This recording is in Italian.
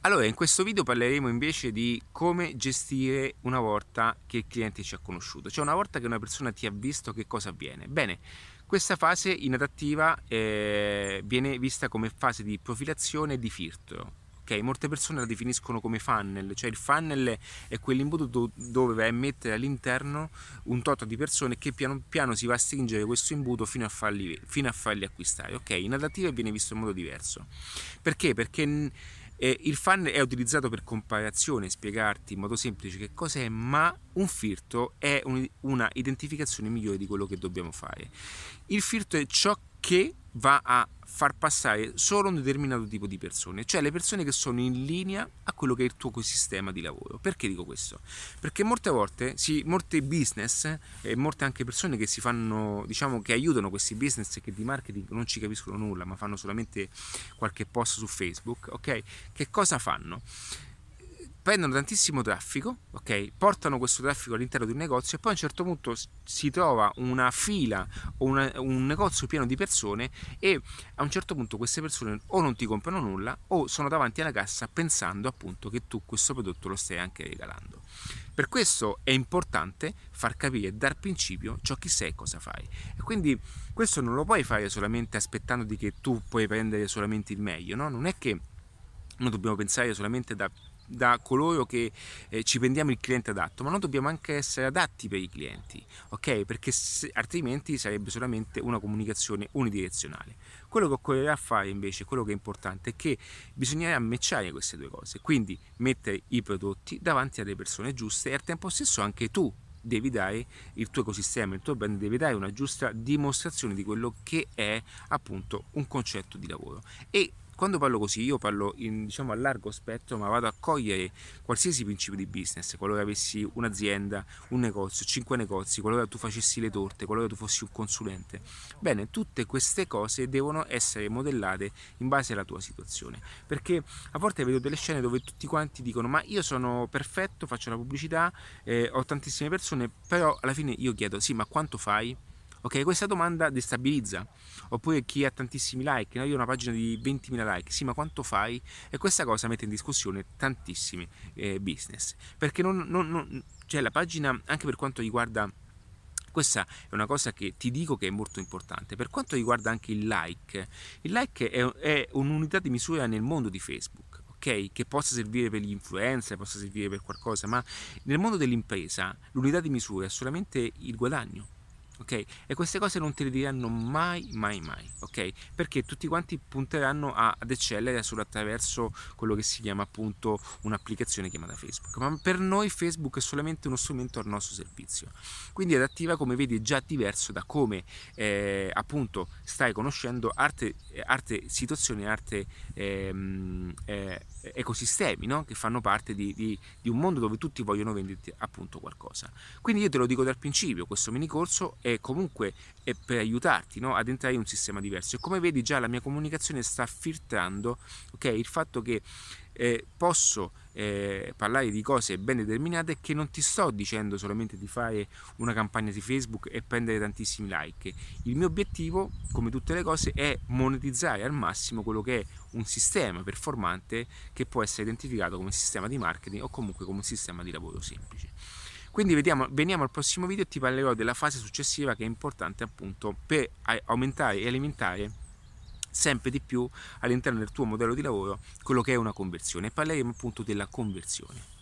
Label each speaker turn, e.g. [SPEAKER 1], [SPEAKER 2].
[SPEAKER 1] Allora, in questo video parleremo invece di come gestire una volta che il cliente ci ha conosciuto, cioè una volta che una persona ti ha visto, che cosa avviene? Bene, questa fase inadattiva viene vista come fase di profilazione e di filtro. Ok, molte persone la definiscono come funnel, cioè il funnel è quell'imbuto dove vai a mettere all'interno un tot di persone che piano piano si va a stringere questo imbuto fino a farli acquistare. Ok, inadattiva viene visto in modo diverso. Perché? Perché il funnel è utilizzato per comparazione, spiegarti in modo semplice che cos'è, ma un filtro è una identificazione migliore di quello che dobbiamo fare. Il filtro è ciò che va a far passare solo un determinato tipo di persone, cioè le persone che sono in linea a quello che è il tuo ecosistema di lavoro. Perché dico questo? Perché molte volte, molti business e molte anche persone che si fanno, diciamo, che aiutano questi business che di marketing non ci capiscono nulla, ma fanno solamente qualche post su Facebook, ok? Che cosa fanno? Prendono tantissimo traffico, ok? Portano questo traffico all'interno di un negozio e poi a un certo punto si trova una fila o un negozio pieno di persone e a un certo punto queste persone o non ti comprano nulla o sono davanti alla cassa pensando appunto che tu questo prodotto lo stai anche regalando. Per questo è importante far capire dal principio ciò chi sei e cosa fai. E quindi questo non lo puoi fare solamente aspettando che tu puoi prendere solamente il meglio, no? Non è che noi dobbiamo pensare solamente da coloro che ci prendiamo il cliente adatto, ma noi dobbiamo anche essere adatti per i clienti, ok? Perché altrimenti sarebbe solamente una comunicazione unidirezionale. Quello che occorrerà fare invece, quello che è importante, è che bisognerà matchare queste due cose, quindi mettere i prodotti davanti alle persone giuste e al tempo stesso anche tu devi dare il tuo ecosistema, il tuo brand deve dare una giusta dimostrazione di quello che è appunto un concetto di lavoro. E quando parlo così io parlo diciamo a largo spettro, ma vado a cogliere qualsiasi principio di business. Qualora avessi un'azienda, un negozio, 5 negozi, qualora tu facessi le torte, qualora tu fossi un consulente, bene, tutte queste cose devono essere modellate in base alla tua situazione, perché a volte vedo delle scene dove tutti quanti dicono ma io sono perfetto, faccio la pubblicità, ho tantissime persone, però alla fine io chiedo sì, ma quanto fai? Ok, questa domanda destabilizza. Oppure chi ha tantissimi like, no? Io ho una pagina di 20.000 like, sì, ma quanto fai? E questa cosa mette in discussione tantissimi business. Perché cioè la pagina, anche per quanto riguarda, questa è una cosa che ti dico che è molto importante. Per quanto riguarda anche il like è un'unità di misura nel mondo di Facebook. Okay? Che possa servire per gli influencer, possa servire per qualcosa, ma nel mondo dell'impresa l'unità di misura è solamente il guadagno. Ok? E queste cose non te le diranno mai, mai, mai, ok? Perché tutti quanti punteranno ad eccellere solo attraverso quello che si chiama appunto un'applicazione chiamata Facebook. Ma per noi Facebook è solamente uno strumento al nostro servizio. Quindi Adattiva, come vedi, è già diverso da come appunto stai conoscendo arte situazioni, arte ecosistemi, no? Che fanno parte di un mondo dove tutti vogliono venderti appunto qualcosa. Quindi io te lo dico dal principio, questo mini corso è comunque per aiutarti, no? Ad entrare in un sistema diverso e come vedi già la mia comunicazione sta filtrando, ok, il fatto che posso parlare di cose ben determinate, che non ti sto dicendo solamente di fare una campagna di Facebook e prendere tantissimi like. Il mio obiettivo, come tutte le cose, è monetizzare al massimo quello che è un sistema performante che può essere identificato come sistema di marketing o comunque come un sistema di lavoro semplice. Quindi veniamo al prossimo video e ti parlerò della fase successiva, che è importante appunto per aumentare e alimentare sempre di più all'interno del tuo modello di lavoro quello che è una conversione, e parleremo appunto della conversione.